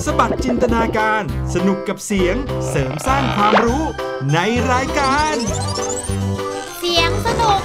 สบัดจินตนาการสนุกกับเสียงเสริมสร้างความรู้ในรายการเสียงสนุก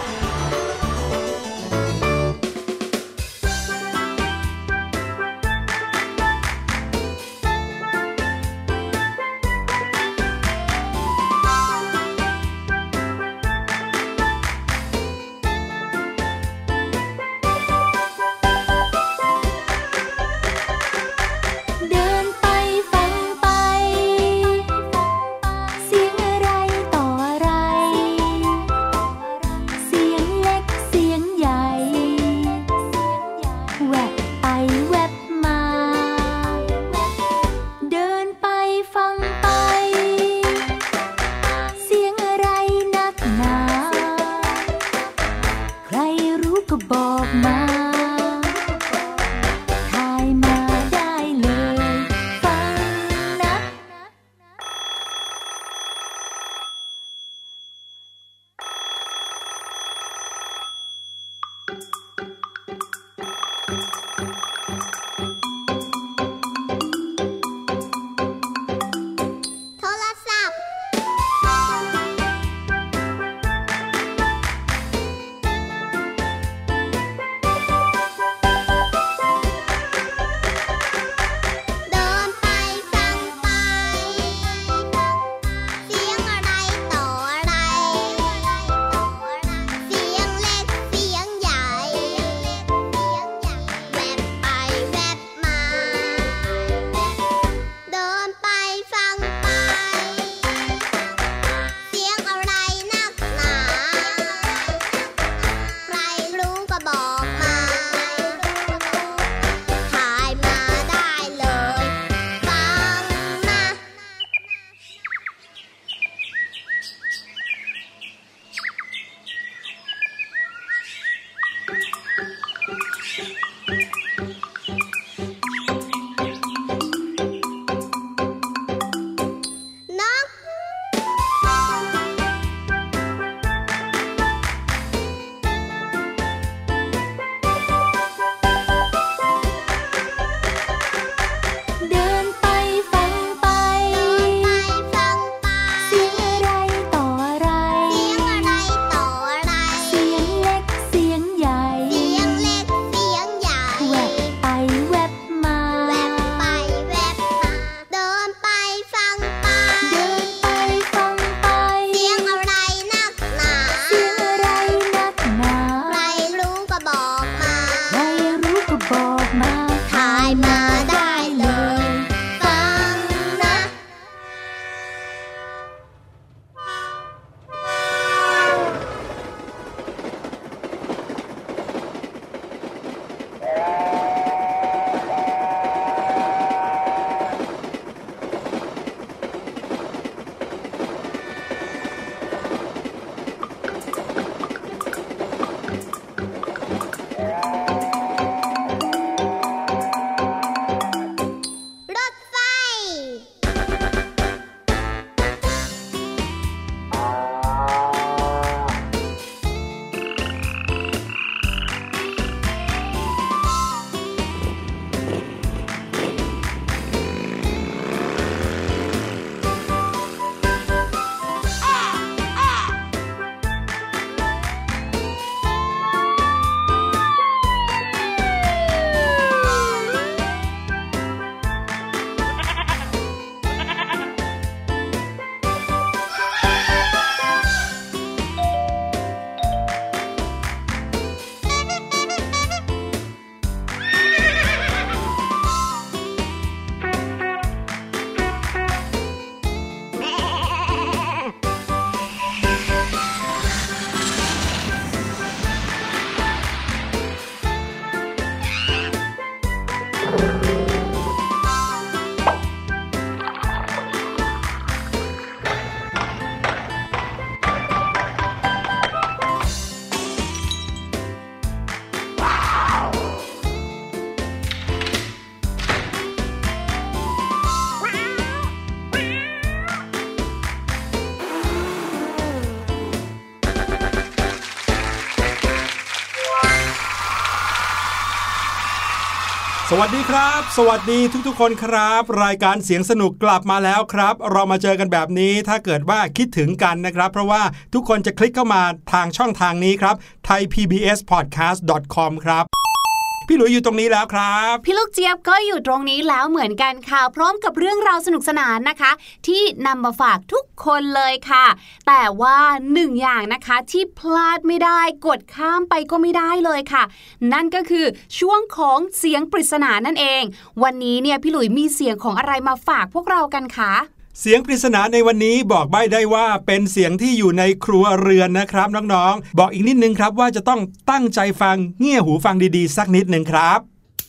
วัสดีครับสวัสดีทุกๆคนครับรายการเสียงสนุกกลับมาแล้วครับเรามาเจอกันแบบนี้ถ้าเกิดว่าคิดถึงกันนะครับเพราะว่าทุกคนจะคลิกเข้ามาทางช่องทางนี้ครับ thaipbspodcast.com ครับพี่หลุยอยู่ตรงนี้แล้วครับพี่ลูกเจี๊ยบก็อยู่ตรงนี้แล้วเหมือนกันค่ะพร้อมกับเรื่องราวสนุกสนานนะคะที่นำมาฝากทุกคนเลยค่ะแต่ว่าหนึ่งอย่างนะคะที่พลาดไม่ได้กดข้ามไปก็ไม่ได้เลยค่ะนั่นก็คือช่วงของเสียงปริศนานั่นเองวันนี้เนี่ยพี่หลุยมีเสียงของอะไรมาฝากพวกเรากันคะเสียงปริศนาในวันนี้บอกใบ้ได้ว่าเป็นเสียงที่อยู่ในครัวเรือนนะครับน้องๆบอกอีกนิดนึงครับว่าจะต้องตั้งใจฟังเงี่ยหูฟังดีๆสักนิดนึงครับ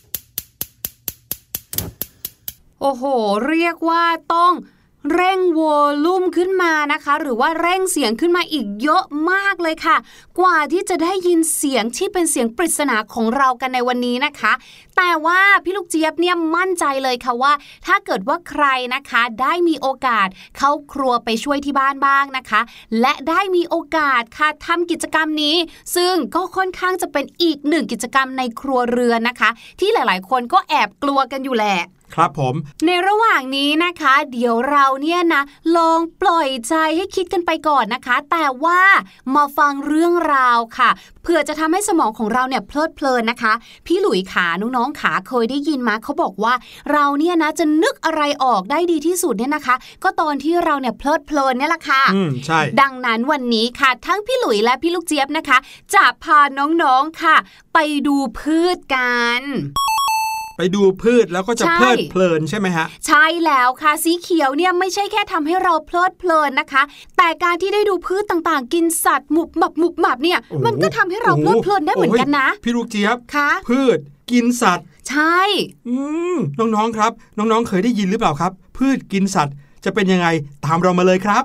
โอ้โหเรียกว่าต้องเร่งวอลลุ่มขึ้นมานะคะหรือว่าเร่งเสียงขึ้นมาอีกเยอะมากเลยค่ะกว่าที่จะได้ยินเสียงที่เป็นเสียงปริศนาของเรากันในวันนี้นะคะแต่ว่าพี่ลูกเจี๊ยบเนี่ยมั่นใจเลยค่ะว่าถ้าเกิดว่าใครนะคะได้มีโอกาสเข้าครัวไปช่วยที่บ้านบ้างนะคะและได้มีโอกาสค่ะทำกิจกรรมนี้ซึ่งก็ค่อนข้างจะเป็นอีกหนึ่งกิจกรรมในครัวเรือนนะคะที่หลายๆคนก็แอบกลัวกันอยู่แหละครับผมในระหว่างนี้นะคะเดี๋ยวเราเนี่ยนะลองปล่อยใจให้คิดกันไปก่อนนะคะแต่ว่ามาฟังเรื่องราวค่ะเพื่อจะทำให้สมองของเราเนี่ยเพลิดเพลินนะคะพี่หลุยขาน้องๆขาเคยได้ยินมาเขาบอกว่าเราเนี่ยนะจะนึกอะไรออกได้ดีที่สุดเนี่ยนะคะก็ตอนที่เราเนี่ยเพลิดเพลินเนี่ยแหละค่ะใช่ดังนั้นวันนี้ค่ะทั้งพี่หลุยและพี่ลูกเจี๊ยบนะคะจะพาน้องๆค่ะไปดูพืชกันไปดูพืชแล้วก็จะเพลิดเพลินใช่ไหมฮะใช่แล้วค่ะสีเขียวเนี่ยไม่ใช่แค่ทำให้เราเพลิดเพลินนะคะแต่การที่ได้ดูพืชต่างๆกินสัตว์หมุบหมับเนี่ยมันก็ทำให้เราเพลิดเพลินได้เหมือนกันนะพี่ลูกเจี๊ยบค่ะพืชกินสัตว์ใช่น้องๆครับน้องๆเคยได้ยินหรือเปล่าครับพืชกินสัตว์จะเป็นยังไงตามเรามาเลยครับ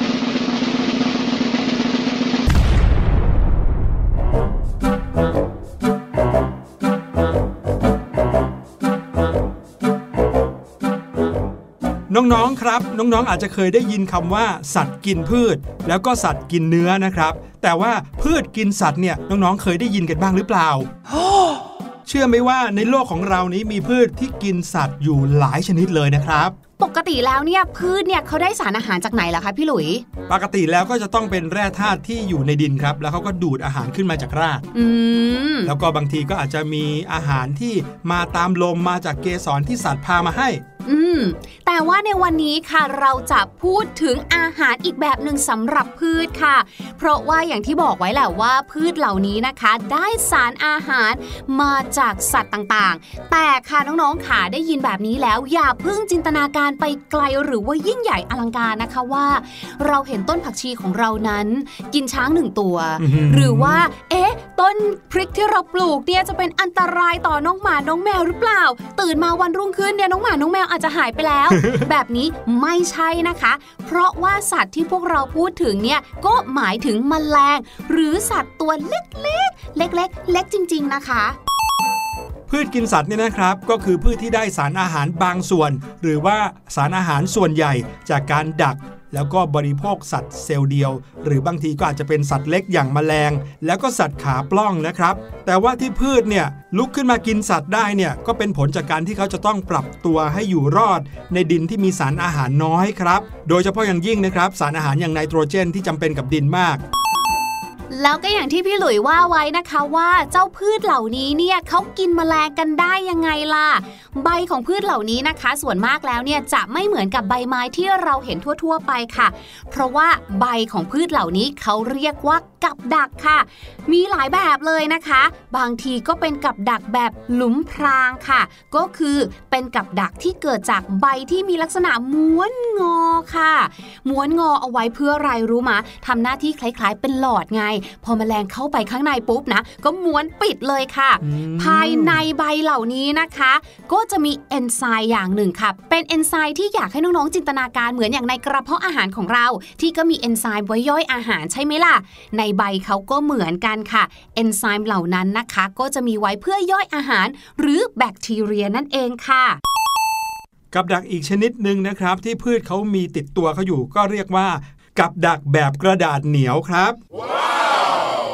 น้องๆครับน้องๆอาจจะเคยได้ยินคำว่าสัตว์กินพืชแล้วก็สัตว์กินเนื้อนะครับแต่ว่าพืชกินสัตว์เนี่ยน้องๆเคยได้ยินกันบ้างหรือเปล่า เชื่อไหมว่าในโลกของเรานี้มีพืชที่กินสัตว์อยู่หลายชนิดเลยนะครับปกติแล้วเนี่ยพืชเนี่ยเขาได้สารอาหารจากไหนล่ะคะพี่หลุยปกติแล้วก็จะต้องเป็นแร่ธาตุที่อยู่ในดินครับแล้วเขาก็ดูดอาหารขึ้นมาจากรากแล้วก็บางทีก็อาจจะมีอาหารที่มาตามลมมาจากเกสรที่สัตว์พามาให้แต่ว่าในวันนี้ค่ะเราจะพูดถึงอาหารอีกแบบหนึ่งสำหรับพืชค่ะเพราะว่าอย่างที่บอกไว้แหละว่าพืชเหล่านี้นะคะได้สารอาหารมาจากสัตว์ต่างๆแต่ค่ะน้องๆค่ะได้ยินแบบนี้แล้วอย่าเพิ่งจินตนาการไปไกลหรือว่ายิ่งใหญ่อลังการนะคะว่าเราเห็นต้นผักชีของเรานั้นกินช้าง1ตัว หรือว่าต้นพริกที่เราปลูกเนี่ยจะเป็นอันตรายต่อน้องหมาน้องแมวหรือเปล่าตื่นมาวันรุ่งขึ้นเนี่ยน้องหมาน้องแมวอาจจะหายไปแล้ว แบบนี้ไม่ใช่นะคะเพราะว่าสัตว์ที่พวกเราพูดถึงเนี่ยก็หมายถึงแมลงหรือสัตว์ตัวเล็กๆเล็กจริงๆนะคะพืชกินสัตว์เนี่ยนะครับก็คือพืชที่ได้สารอาหารบางส่วนหรือว่าสารอาหารส่วนใหญ่จากการดักแล้วก็บริโภคสัตว์เซลล์เดียวหรือบางทีก็อาจจะเป็นสัตว์เล็กอย่างแมลงแล้วก็สัตว์ขาปล้องนะครับแต่ว่าที่พืชเนี่ยลุกขึ้นมากินสัตว์ได้เนี่ยก็เป็นผลจากการที่เขาจะต้องปรับตัวให้อยู่รอดในดินที่มีสารอาหารน้อยครับโดยเฉพาะอย่างยิ่งนะครับสารอาหารอย่างไนโตรเจนที่จำเป็นกับดินมากแล้วก็อย่างที่พี่หลุยว่าไว้นะคะว่าเจ้าพืชเหล่านี้เนี่ยเขากินแมลงกันได้ยังไงล่ะใบของพืชเหล่านี้นะคะส่วนมากแล้วเนี่ยจะไม่เหมือนกับใบไม้ที่เราเห็นทั่วๆไปค่ะเพราะว่าใบของพืชเหล่านี้เขาเรียกว่ากับดักค่ะมีหลายแบบเลยนะคะบางทีก็เป็นกับดักแบบหลุมพรางค่ะก็คือเป็นกับดักที่เกิดจากใบที่มีลักษณะม้วนงอค่ะม้วนงอเอาไว้เพื่ออะไรรู้มะทำหน้าที่คล้ายๆเป็นหลอดไงพอแมลงเข้าไปข้างในปุ๊บนะก็ม้วนปิดเลยค่ะภายในใบเหล่านี้นะคะก็จะมีเอนไซม์อย่างหนึ่งค่ะเป็นเอนไซม์ที่อยากให้น้องๆจินตนาการเหมือนอย่างในกระเพาะอาหารของเราที่ก็มีเอนไซม์ไว้ย่อยอาหารใช่ไหมล่ะในใบเขาก็เหมือนกันค่ะเอนไซม์เหล่านั้นนะคะก็จะมีไว้เพื่อย่อยอาหารหรือแบคทีเรียนั่นเองค่ะกับดักอีกชนิดหนึ่งนะครับที่พืชเขามีติดตัวเขาอยู่ก็เรียกว่ากับดักแบบกระดาษเหนียวครับ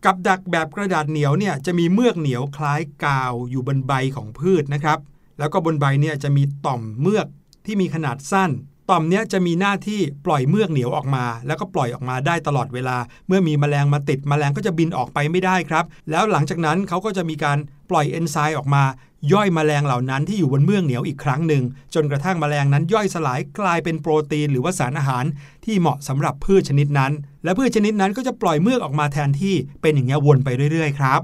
กับดักแบบกระดาษเหนียวเนี่ยจะมีเมือกเหนียวคล้ายกาวอยู่บนใบของพืชนะครับแล้วก็บนใบเนี่ยจะมีต่อมเมือกที่มีขนาดสั้นต่อมเนี้ยจะมีหน้าที่ปล่อยเมือกเหนียวออกมาแล้วก็ปล่อยออกมาได้ตลอดเวลาเมื่อมีแมลงมาติดแมลงก็จะบินออกไปไม่ได้ครับแล้วหลังจากนั้นเขาก็จะมีการปล่อยเอนไซม์ออกมาย่อยแมลงเหล่านั้นที่อยู่บนเมือกเหนียวอีกครั้งหนึ่งจนกระทั่งแมลงนั้นย่อยสลายกลายเป็นโปรตีนหรือว่าสารอาหารที่เหมาะสำหรับพืชชนิดนั้นและพืชชนิดนั้นก็จะปล่อยเมือกออกมาแทนที่เป็นอย่างนี้วนไปเรื่อยๆครับ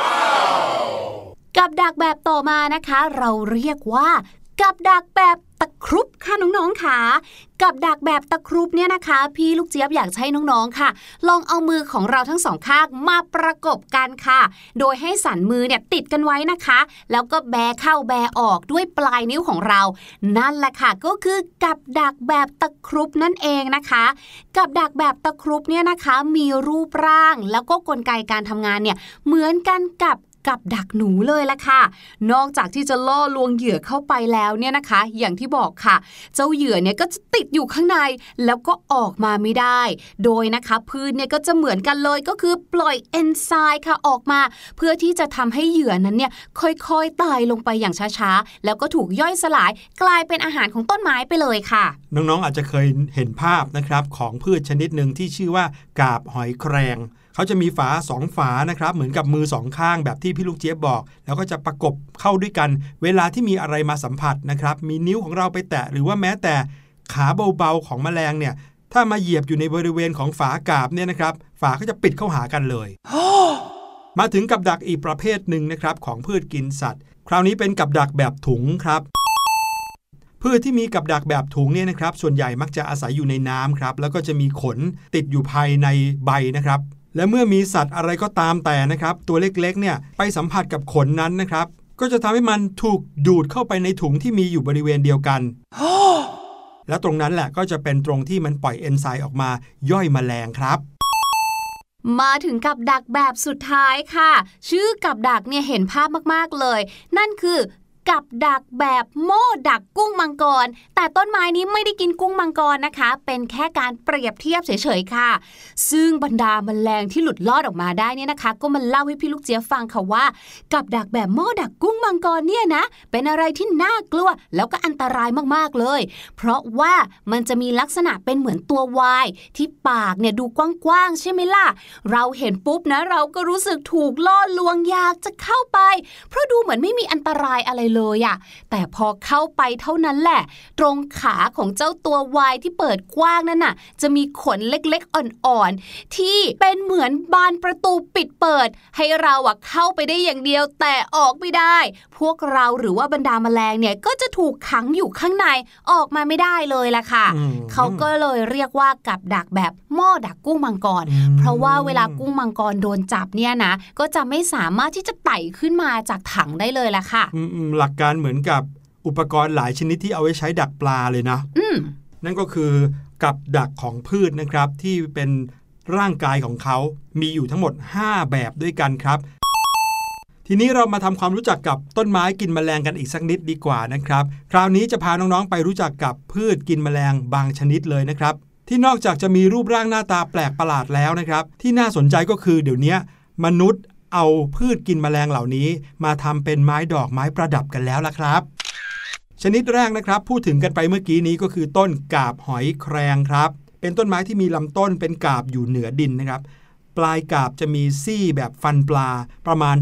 กับดักแบบต่อมานะคะเราเรียกว่ากับดักแบบตะครุบค่ะน้องๆค่ะกับดักแบบตะครุบเนี่ยนะคะพี่ลูกเจี๊ยบอยากให้น้องๆค่ะลองเอามือของเราทั้งสองข้างมาประกบกันค่ะโดยให้สันมือเนี่ยติดกันไว้นะคะแล้วก็แบเข้าแบออกด้วยปลายนิ้วของเรานั่นแหละค่ะก็คือกับดักแบบตะครุบนั่นเองนะคะกับดักแบบตะครุบเนี่ยนะคะมีรูปร่างแล้วก็กลไกการทำงานเนี่ยเหมือนกันกับดักหนูเลยละค่ะนอกจากที่จะล่อลวงเหยื่อเข้าไปแล้วเนี่ยนะคะอย่างที่บอกค่ะเจ้าเหยื่อเนี่ยก็จะติดอยู่ข้างในแล้วก็ออกมาไม่ได้โดยนะคะพืชเนี่ยก็จะเหมือนกันเลยก็คือปล่อยเอนไซม์ค่ะออกมาเพื่อที่จะทำให้เหยื่อนั้นเนี่ยค่อยๆตายลงไปอย่างช้าๆแล้วก็ถูกย่อยสลายกลายเป็นอาหารของต้นไม้ไปเลยค่ะน้องๆอาจจะเคยเห็นภาพนะครับของพืชชนิดหนึ่งที่ชื่อว่ากาบหอยแครงเขาจะมีฝา2ฝานะครับเหมือนกับมือ2ข้างแบบที่พี่ลูกเจี๊ยบบอกแล้วก็จะประกบเข้าด้วยกันเวลาที่มีอะไรมาสัมผัสนะครับมีนิ้วของเราไปแตะหรือว่าแม้แต่ขาเบาๆของแมลงเนี่ยถ้ามาเหยียบอยู่ในบริเวณของฝากาบเนี่ยนะครับฝาก็จะปิดเข้าหากันเลย มาถึงกับดักอีกประเภทหนึ่งนะครับของพืชกินสัตว์คราวนี้เป็นกับดักแบบถุงครับพืชที่มีกับดักแบบถุงเนี่ยนะครับส่วนใหญ่มักจะอาศัยอยู่ในน้ำครับแล้วก็จะมีขนติดอยู่ภายในใบนะครับและเมื่อมีสัตว์อะไรก็ตามแต่นะครับตัวเล็กๆเนี่ยไปสัมผัสกับขนนั้นนะครับก็จะทำให้มันถูกดูดเข้าไปในถุงที่มีอยู่บริเวณเดียวกัน และตรงนั้นแหละก็จะเป็นตรงที่มันปล่อยเอนไซม์ออกมาย่อยแมลงครับมาถึงกับดักแบบสุดท้ายค่ะชื่อกับดักเนี่ยเห็นภาพมากๆเลยนั่นคือกับดักแบบโม่ดักกุ้งมังกรแต่ต้นไม้นี้ไม่ได้กินกุ้งมังกรนะคะเป็นแค่การเปรียบเทียบเฉยๆค่ะซึ่งบรรดาแมลงที่หลุดลอดออกมาได้เนี่ยนะคะก็มันเล่าให้พี่ลูกเจี๊ยบฟังค่ะว่ากับดักแบบโม่ดักกุ้งมังกรเนี่ยนะเป็นอะไรที่น่ากลัวแล้วก็อันตรายมากๆเลยเพราะว่ามันจะมีลักษณะเป็นเหมือนตัววายที่ปากเนี่ยดูกว้างๆใช่ไหมล่ะเราเห็นปุ๊บนะเราก็รู้สึกถูกล่อลวงอยากจะเข้าไปเพราะดูเหมือนไม่มีอันตรายอะไรเลยอะแต่พอเข้าไปเท่านั้นแหละตรงขาของเจ้าตัววายที่เปิดกว้างนั่นน่ะจะมีขนเล็กๆอ่อนๆที่เป็นเหมือนบานประตูปิดเปิดให้เราอะเข้าไปได้อย่างเดียวแต่ออกไม่ได้พวกเราหรือว่าบรรดาแมลงเนี่ยก็จะถูกขังอยู่ข้างในออกมาไม่ได้เลยล่ะค่ะเขาก็เลยเรียกว่ากับดักแบบหม้อดักกุ้งมังกรเพราะว่าเวลากุ้งมังกรโดนจับเนี่ยนะก็จะไม่สามารถที่จะไต่ขึ้นมาจากถังได้เลยล่ะค่ะหลักการเหมือนกับอุปกรณ์หลายชนิดที่เอาไว้ใช้ดักปลาเลยนะนั่นก็คือกับดักของพืชนะครับที่เป็นร่างกายของเขามีอยู่ทั้งหมด5แบบด้วยกันครับทีนี้เรามาทำความรู้จักกับต้นไม้กินแมลงกันอีกสักนิดดีกว่านะครับคราวนี้จะพาน้องๆไปรู้จักกับพืชกินแมลงบางชนิดเลยนะครับที่นอกจากจะมีรูปร่างหน้าตาแปลกประหลาดแล้วนะครับที่น่าสนใจก็คือเดี๋ยวนี้มนุษย์เอาพืชกินแมลงเหล่านี้มาทำเป็นไม้ดอกไม้ประดับกันแล้วล่ะครับชนิดแรกนะครับพูดถึงกันไปเมื่อกี้นี้ก็คือต้นกาบหอยแครงครับเป็นต้นไม้ที่มีลำต้นเป็นกาบอยู่เหนือดินนะครับปลายกาบจะมีซี่แบบฟันปลาประมาณ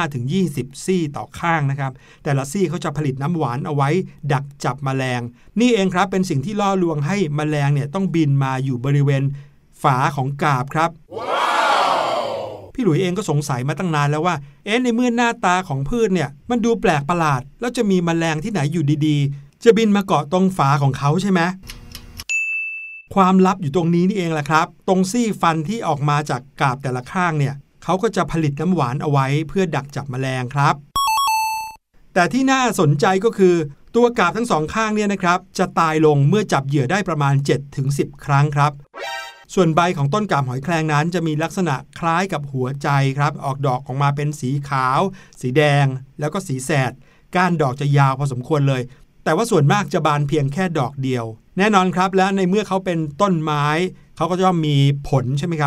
15-20 ซี่ต่อข้างนะครับแต่ละซี่เขาจะผลิตน้ำหวานเอาไว้ดักจับแมลงนี่เองครับเป็นสิ่งที่ล่อลวงให้แมลงเนี่ยต้องบินมาอยู่บริเวณฝาของกาบครับ พี่หลุยเองก็สงสัยมาตั้งนานแล้วว่าในเมื่อหน้าตาของพืชเนี่ยมันดูแปลกประหลาดแล้วจะมีแมลงที่ไหนอยู่ดีๆจะบินมาเกาะตรงฝาของเขาใช่ไหมความลับอยู่ตรงนี้นี่เองแหละครับตรงซี่ฟันที่ออกมาจากกาบแต่ละข้างเนี่ยเขาก็จะผลิตน้ำหวานเอาไว้เพื่อดักจับแมลงครับแต่ที่น่าสนใจก็คือตัวกาบทั้งสองข้างเนี่ยนะครับจะตายลงเมื่อจับเหยื่อได้ประมาณ 7-10 ครั้งครับส่วนใบของต้นกาบหอยแครงนั้นจะมีลักษณะคล้ายกับหัวใจครับออกดอกออกมาเป็นสีขาวสีแดงแล้วก็สีแสดก้านดอกจะยาวพอสมควรเลยแต่ว่าส่วนมากจะบานเพียงแค่ดอกเดียวแน่นอนครับและในเมื่อเขาเป็นต้นไม้เขาก็จะมีผลใช่ไหมครับ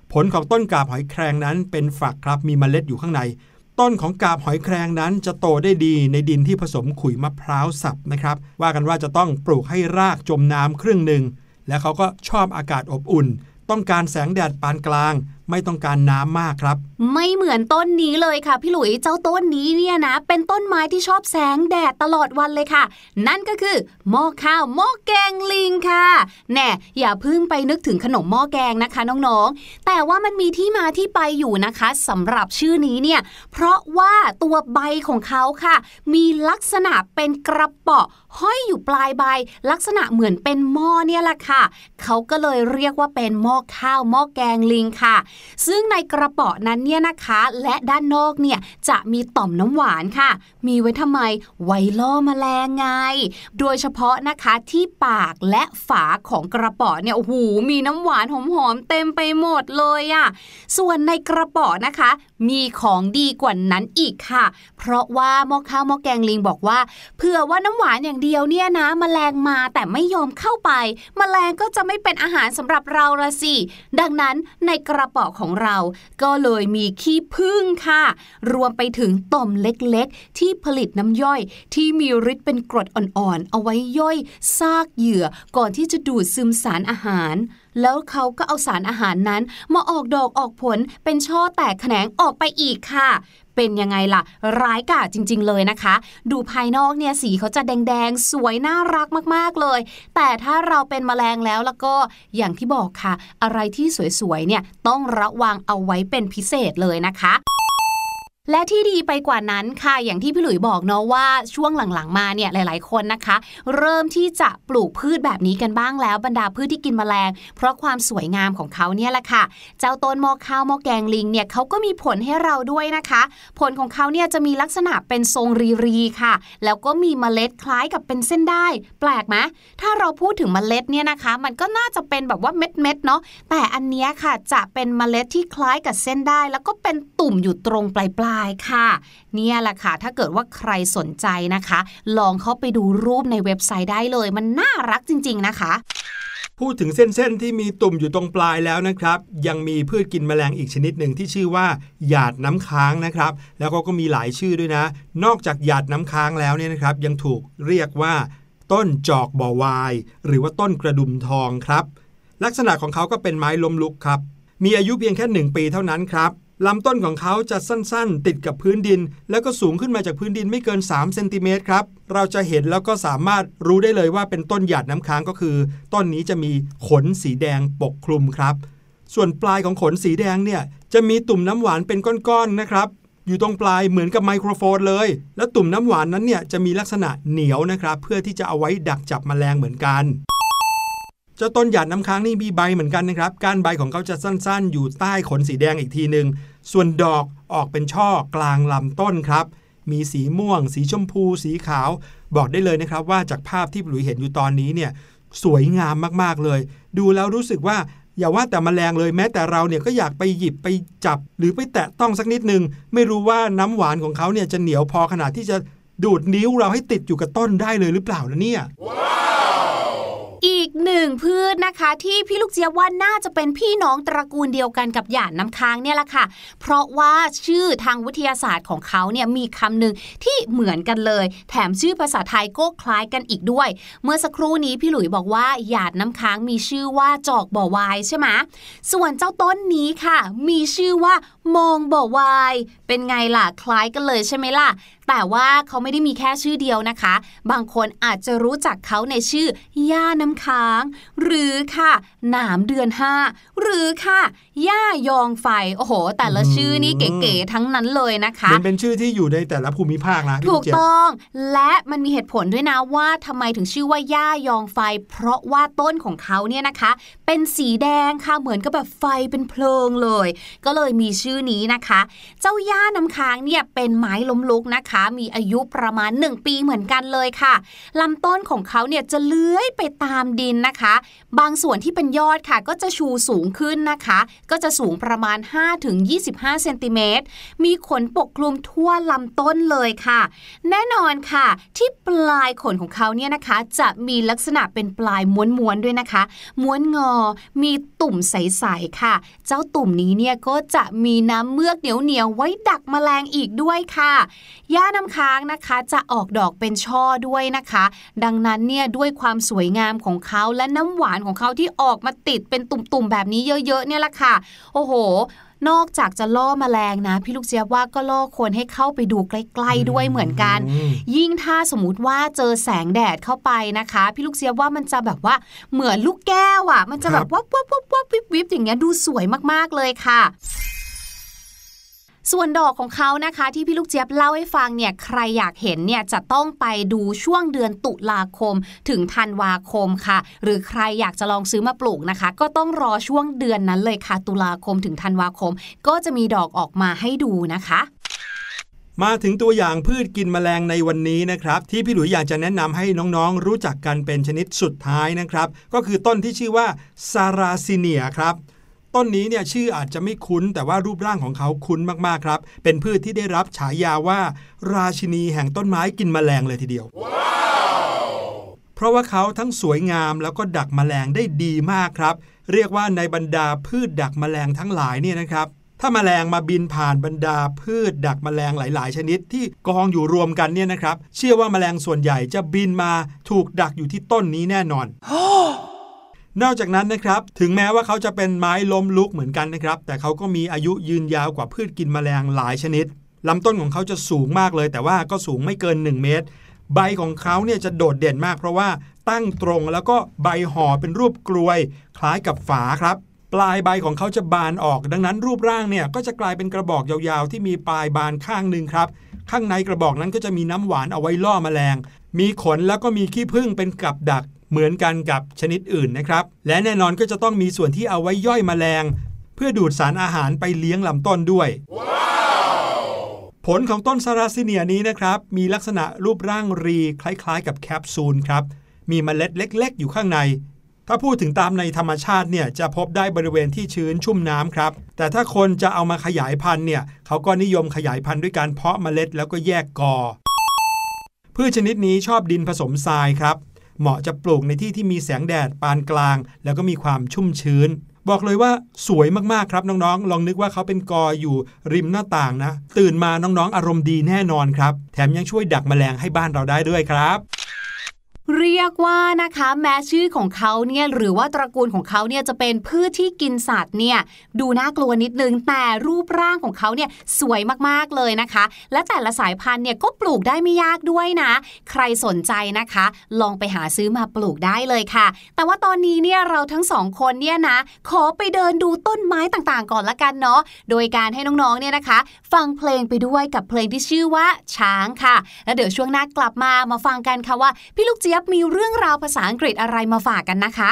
ผลของต้นกาบหอยแครงนั้นเป็นฝักครับมีเมล็ดอยู่ข้างในต้นของกาบหอยแครงนั้นจะโตได้ดีในดินที่ผสมขุยมะพร้าวสับนะครับว่ากันว่าจะต้องปลูกให้รากจมน้ำครึ่งหนึ่งและเขาก็ชอบอากาศอบอุ่นต้องการแสงแดดปานกลางไม่ต้องการน้ำมากครับไม่เหมือนต้นนี้เลยค่ะพี่หลุยเจ้าต้นนี้เนี่ยนะเป็นต้นไม้ที่ชอบแสงแดดตลอดวันเลยค่ะนั่นก็คือหม้อข้าวหม้อแกงลิงค่ะแน่อย่าเพิ่งไปนึกถึงขนมหม้อแกงนะคะน้องๆแต่ว่ามันมีที่มาที่ไปอยู่นะคะสำหรับชื่อนี้เนี่ยเพราะว่าตัวใบของเขาค่ะมีลักษณะเป็นกระเปาะห้อยอยู่ปลายใบลักษณะเหมือนเป็นหม้อเนี่ยแหละค่ะเขาก็เลยเรียกว่าเป็นหม้อข้าวหม้อแกงลิงค่ะซึ่งในกระเป๋านั้นเนี่ยนะคะและด้านนอกเนี่ยจะมีต่อมน้ำหวานค่ะมีไว้ทำไมไว้ล่อแมลงไงโดยเฉพาะนะคะที่ปากและฝาของกระเป๋าเนี่ยโอ้โหมีน้ำหวานหอมๆเต็มไปหมดเลยอ่ะส่วนในกระเป๋านะคะมีของดีกว่านั้นอีกค่ะเพราะว่าหม้อข้าวหม้อแกงลิงบอกว่าเผื่อว่าน้ำหวานอย่างเดียวเนี่ยนะแมลงมาแต่ไม่ยอมเข้าไปแมลงก็จะไม่เป็นอาหารสำหรับเราละสิดังนั้นในกระเป๋าของเราก็เลยมีขี้ผึ้งค่ะรวมไปถึงต่อมเล็กๆที่ผลิตน้ำย่อยที่มีฤทธิ์เป็นกรดอ่อนๆเอาไว้ย่อยซากเหยื่อก่อนที่จะดูดซึมสารอาหารแล้วเขาก็เอาสารอาหารนั้นมาออกดอกออกผลเป็นช่อแตกแขนงออกไปอีกค่ะเป็นยังไงล่ะร้ายกาจจริงๆเลยนะคะดูภายนอกเนี่ยสีเขาจะแดงๆสวยน่ารักมากๆเลยแต่ถ้าเราเป็นแมลงแล้วก็อย่างที่บอกค่ะอะไรที่สวยๆเนี่ยต้องระวังเอาไว้เป็นพิเศษเลยนะคะและที่ดีไปกว่านั้นค่ะอย่างที่พี่หลุยบอกเนาะว่าช่วงหลังๆมาเนี่ยหลายๆคนนะคะเริ่มที่จะปลูกพืชแบบนี้กันบ้างแล้วบรรดาพืชที่กินแมลงเพราะความสวยงามของเขาเนี่ยแหละค่ะเจ้าต้นหม้อข้าวหม้อแกงลิงเนี่ยเขาก็มีผลให้เราด้วยนะคะผลของเขาเนี่ยจะมีลักษณะเป็นทรงรีๆค่ะแล้วก็มีเมล็ดคล้ายกับเป็นเส้นได้แปลกไหมถ้าเราพูดถึงเมล็ดเนี่ยนะคะมันก็น่าจะเป็นแบบว่าเม็ดๆเนาะแต่อันเนี้ยค่ะจะเป็นเมล็ดที่คล้ายกับเส้นได้แล้วก็เป็นตุ่มอยู่ตรงปลายค่ะเนี่ยแหละค่ะถ้าเกิดว่าใครสนใจนะคะลองเข้าไปดูรูปในเว็บไซต์ได้เลยมันน่ารักจริงๆนะคะพูดถึงเส้นๆที่มีตุ่มอยู่ตรงปลายแล้วนะครับยังมีพืชกินแมลงอีกชนิดหนึ่งที่ชื่อว่าหยาดน้ำค้างนะครับแล้วก็มีหลายชื่อด้วยนะนอกจากหยาดน้ำค้างแล้วเนี่ยนะครับยังถูกเรียกว่าต้นจอกบ่อวายหรือว่าต้นกระดุมทองครับลักษณะของเขาก็เป็นไม้ล้มลุกครับมีอายุเพียงแค่1 ปีเท่านั้นครับลำต้นของเขาจะสั้นๆติดกับพื้นดินแล้วก็สูงขึ้นมาจากพื้นดินไม่เกิน3 เซนติเมตรครับเราจะเห็นแล้วก็สามารถรู้ได้เลยว่าเป็นต้นหยาดน้ำค้างก็คือต้นนี้จะมีขนสีแดงปกคลุมครับส่วนปลายของขนสีแดงเนี่ยจะมีตุ่มน้ำหวานเป็นก้อนๆนะครับอยู่ตรงปลายเหมือนกับไมโครโฟนเลยและตุ่มน้ำหวานนั้นเนี่ยจะมีลักษณะเหนียวนะครับเพื่อที่จะเอาไว้ดักจับแมลงเหมือนกันเจ้าต้นหยาดน้ำค้างนี่มีใบเหมือนกันนะครับก้านใบของเขาจะสั้นๆอยู่ใต้ขนสีแดงอีกทีนึงส่วนดอกออกเป็นช่อกลางลำต้นครับมีสีม่วงสีชมพูสีขาวบอกได้เลยนะครับว่าจากภาพที่หลุยเห็นอยู่ตอนนี้เนี่ยสวยงามมากๆเลยดูแล้วรู้สึกว่าอย่าว่าแต่แมลงเลยแม้แต่เราเนี่ยก็อยากไปหยิบไปจับหรือไปแตะต้องสักนิดนึงไม่รู้ว่าน้ำหวานของเขาเนี่ยจะเหนียวพอขนาดที่จะดูดนิ้วเราให้ติดอยู่กับต้นได้เลยหรือเปล่านะเนี่ยอีกหนึ่งพืชนะคะที่พี่ลูกเจี๊ยบว่าน่าจะเป็นพี่น้องตระกูลเดียวกันกับหยาดน้ำค้างเนี่ยแหละค่ะเพราะว่าชื่อทางวิทยาศาสตร์ของเขาเนี่ยมีคำหนึ่งที่เหมือนกันเลยแถมชื่อภาษาไทยก็คล้ายกันอีกด้วยเมื่อสักครู่นี้พี่หลุยบอกว่าหยาดน้ำค้างมีชื่อว่าจอกบ่อวายใช่ไหมส่วนเจ้าต้นนี้ค่ะมีชื่อว่ามองบ่อวายเป็นไงล่ะคล้ายกันเลยใช่ไหมล่ะแต่ว่าเขาไม่ได้มีแค่ชื่อเดียวนะคะบางคนอาจจะรู้จักเขาในชื่อย่าน้ำค้างหรือค่ะหนามเดือน5หรือค่ะย่ายองไฟโอ้โหแต่ละชื่อนี่เก๋ๆทั้งนั้นเลยนะคะมันเป็นชื่อที่อยู่ในแต่ละภูมิภาคนะถูกต้องและมันมีเหตุผลด้วยนะว่าทำไมถึงชื่อว่าย่ายองไฟเพราะว่าต้นของเขาเนี่ยนะคะเป็นสีแดงค่ะเหมือนกับแบบไฟเป็นเพลิงเลยก็เลยมีชื่อนี้นะคะเจ้าย่าน้ำค้างเนี่ยเป็นไม้ล้มลุกนะคะนะคะมีอายุประมาณ1ปีเหมือนกันเลยค่ะลำต้นของเขาเนี่ยจะเลื้อยไปตามดินนะคะบางส่วนที่เป็นยอดค่ะก็จะชูสูงขึ้นนะคะก็จะสูงประมาณ 5-25 เซนติเมตรมีขนปกคลุมทั่วลำต้นเลยค่ะแน่นอนค่ะที่ปลายขนของเขาเนี่ยนะคะจะมีลักษณะเป็นปลายม้วนๆด้วยนะคะม้วนงอมีตุ่มใสๆค่ะเจ้าตุ่มนี้เนี่ยก็จะมีน้ำเมือกเหนียวๆไว้ดักแมลงอีกด้วยค่ะหญ้าน้ำค้างนะคะจะออกดอกเป็นช่อด้วยนะคะดังนั้นเนี่ยด้วยความสวยงามของเขาและน้ำหวานของเขาที่ออกมาติดเป็นตุ่มๆแบบนี้เยอะๆเนี่ยแหละค่ะโอ้โหนอกจากจะล่อแมลงนะพี่ลูกเจี๊ยบว่าก็ล่อคนให้เข้าไปดูใกล้ๆด้วยเหมือนกันยิ่งถ้าสมมติว่าเจอแสงแดดเข้าไปนะคะพี่ลูกเจี๊ยบว่ามันจะแบบว่าเหมือนลูกแก้วอ่ะมันจะแบบวับวับวับวับวิบวิบอย่างเงี้ยดูสวยมากๆเลยค่ะส่วนดอกของเขานะคะที่พี่ลูกเจี๊ยบเล่าให้ฟังเนี่ยใครอยากเห็นเนี่ยจะต้องไปดูช่วงเดือนตุลาคมถึงธันวาคมค่ะหรือใครอยากจะลองซื้อมาปลูกนะคะก็ต้องรอช่วงเดือนนั้นเลยค่ะตุลาคมถึงธันวาคมก็จะมีดอกออกมาให้ดูนะคะมาถึงตัวอย่างพืชกินแมลงในวันนี้นะครับที่พี่หลุยอยากจะแนะนำให้น้องๆรู้จักกันเป็นชนิดสุดท้ายนะครับก็คือต้นที่ชื่อว่าซาราซิเนียครับต้นนี้เนี่ยชื่ออาจจะไม่คุ้นแต่ว่ารูปร่างของเขาคุ้นมากๆครับเป็นพืชที่ได้รับฉายาว่าราชินีแห่งต้นไม้กินแมลงเลยทีเดียว wow! เพราะว่าเขาทั้งสวยงามแล้วก็ดักแมลงได้ดีมากครับเรียกว่าในบรรดาพืชดักแมลงทั้งหลายเนี่ยนะครับถ้าแมลงมาบินผ่านบรรดาพืชดักแมลงหลายๆชนิดที่กองอยู่รวมกันเนี่ยนะครับเชื่อว่าแมลงส่วนใหญ่จะบินมาถูกดักอยู่ที่ต้นนี้แน่นอน นอกจากนั้นนะครับถึงแม้ว่าเขาจะเป็นไม้ล้มลุกเหมือนกันนะครับแต่เขาก็มีอายุยืนยาวกว่าพืชกินแมลงหลายชนิดลำต้นของเขาจะสูงมากเลยแต่ว่าก็สูงไม่เกิน1เมตรใบของเขาเนี่ยจะโดดเด่นมากเพราะว่าตั้งตรงแล้วก็ใบห่อเป็นรูปกลวยคล้ายกับฝาครับปลายใบของเขาจะบานออกดังนั้นรูปร่างเนี่ยก็จะกลายเป็นกระบอกยาวๆที่มีปลายบานข้างนึงครับข้างในกระบอกนั้นก็จะมีน้ำหวานเอาไว้ล่อแมลงมีขนแล้วก็มีขี้ผึ้งเป็นกับดักเหมือนกันกับชนิดอื่นนะครับและแน่นอนก็จะต้องมีส่วนที่เอาไว้ย่อยแมลงเพื่อดูดสารอาหารไปเลี้ยงลำต้นด้วย wow! ผลของต้นซาราซิเนียนี้นะครับมีลักษณะรูปร่างรีคล้ายๆกับแคปซูลครับมีเมล็ดเล็กๆอยู่ข้างในถ้าพูดถึงตามในธรรมชาติเนี่ยจะพบได้บริเวณที่ชื้นชุ่มน้ำครับแต่ถ้าคนจะเอามาขยายพันธุ์เนี่ยเขาก็นิยมขยายพันธุ์ด้วยการเพาะเมล็ดแล้วก็แยกกอพืชชนิดนี้ชอบดินผสมทรายครับเหมาะจะปลูกในที่ที่มีแสงแดดปานกลางแล้วก็มีความชุ่มชื้นบอกเลยว่าสวยมากๆครับน้องๆลองนึกว่าเขาเป็นกออยู่ริมหน้าต่างนะตื่นมาน้องๆอารมณ์ดีแน่นอนครับแถมยังช่วยดักแมลงให้บ้านเราได้ด้วยครับเรียกว่านะคะแม้ชื่อของเขาเนี่ยหรือว่าตระกูลของเขาเนี่ยจะเป็นพืชที่กินสัตว์เนี่ยดูน่ากลัวนิดนึงแต่รูปร่างของเขาเนี่ยสวยมากๆเลยนะคะและแต่ละสายพันธุ์เนี่ยก็ปลูกได้ไม่ยากด้วยนะใครสนใจนะคะลองไปหาซื้อมาปลูกได้เลยค่ะแต่ว่าตอนนี้เนี่ยเราทั้งสองคนเนี่ยนะขอไปเดินดูต้นไม้ต่างๆก่อนละกันเนาะโดยการให้น้องๆเนี่ยนะคะฟังเพลงไปด้วยกับเพลงที่ชื่อว่าช้างค่ะแล้วเดี๋ยวช่วงหน้ากลับมาฟังกันค่ะว่าพี่ลูกเจี๊ยบมีเรื่องราวภาษาอังกฤษอะไรมาฝากกันนะคะ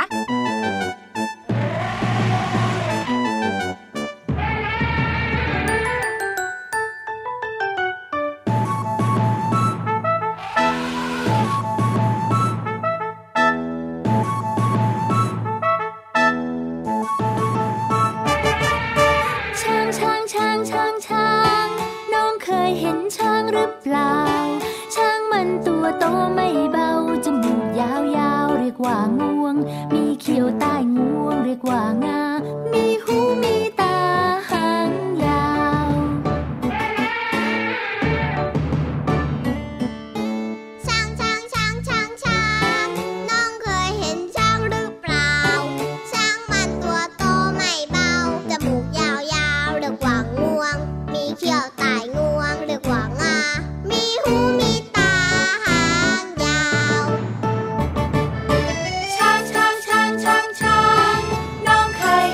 น้องเคยเห็นช้างหรือเปล่าช้างมันตัวโตไม่เบาจมูกยาวๆเรียกว่างวงมีเขียวใต้งวงเรียกว่างามีหูมีตาหางยาวช้างน้องเคยเห็นช้างหรือเปล่าช้างมันตัวโตไม่เบาจมูกยาวๆเรียกว่างวงมีเขียวใต้งวงเรียกว่างามีหูมีตาหางยาวช้างน้องเคย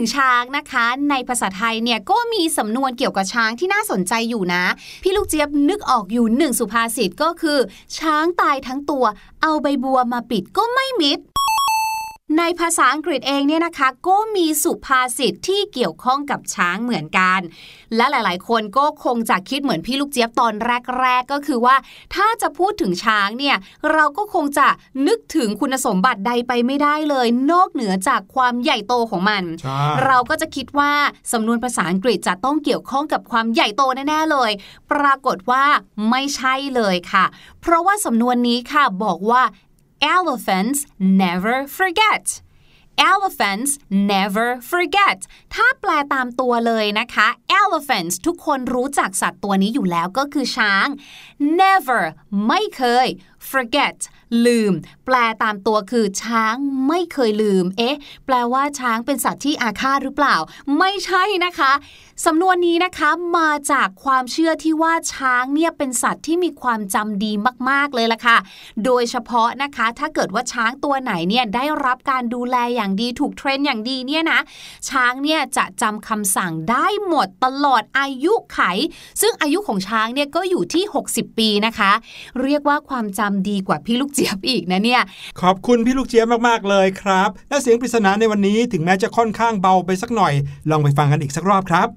งช้างนะคะในภาษาไทยเนี่ยก็มีสำนวนเกี่ยวกับช้างที่น่าสนใจอยู่นะพี่ลูกเจี๊ยบนึกออกอยู่1สุภาษิตก็คือช้างตายทั้งตัวเอาใบบัวมาปิดก็ไม่มิดในภาษาอังกฤษเองเนี่ยนะคะก็มีสุภาษิตที่เกี่ยวข้องกับช้างเหมือนกันและหลายๆคนก็คงจะคิดเหมือนพี่ลูกเจี๊ยบตอนแรกๆก็คือว่าถ้าจะพูดถึงช้างเนี่ยเราก็คงจะนึกถึงคุณสมบัติใดไปไม่ได้เลยนอกเหนือจากความใหญ่โตของมันเราก็จะคิดว่าสำนวนภาษาอังกฤษจะต้องเกี่ยวข้องกับความใหญ่โตแน่ๆเลยปรากฏว่าไม่ใช่เลยค่ะเพราะว่าสำนวนนี้ค่ะบอกว่า Elephants never forget Elephants never forget ถ้าแปลตามตัวเลยนะคะ Elephants ทุกคนรู้จักสัตว์ตัวนี้อยู่แล้วก็คือช้าง never ไม่เคย forget ลืมแปลตามตัวคือช้างไม่เคยลืมแปลว่าช้างเป็นสัตว์ที่อาฆาตหรือเปล่าไม่ใช่นะคะสำนวนนี้นะคะมาจากความเชื่อที่ว่าช้างเนี่ยเป็นสัตว์ที่มีความจำดีมากๆเลยล่ะค่ะโดยเฉพาะนะคะถ้าเกิดว่าช้างตัวไหนเนี่ยได้รับการดูแลอย่างดีถูกเทรนอย่างดีเนี่ยนะช้างเนี่ยจะจำคำสั่งได้หมดตลอดอายุไขซึ่งอายุของช้างเนี่ยก็อยู่ที่60ปีนะคะเรียกว่าความจำดีกว่าพี่ลูกเจี๊ยบอีกนะเนี่ยขอบคุณพี่ลูกเจี๊ยบมากๆเลยครับและเสียงปริศนาในวันนี้ถึงแม้จะค่อนข้างเบาไปสักหน่อยลองไปฟังกันอีกสักรอบครับ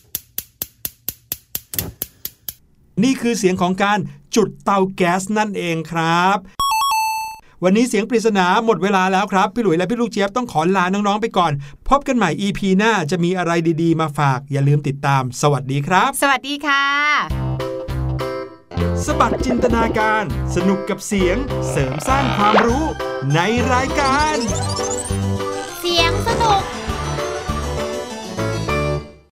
นี่คือเสียงของการจุดเตาแก๊สนั่นเองครับวันนี้เสียงปริศนาหมดเวลาแล้วครับพี่หลุยและพี่ลูกเจี๊ยบต้องขอลาน้องๆไปก่อนพบกันใหม่ EP หน้าจะมีอะไรดีๆมาฝากอย่าลืมติดตามสวัสดีครับสวัสดีค่ะสบัดจินตนาการสนุกกับเสียงเสริมสร้างความรู้ในรายการ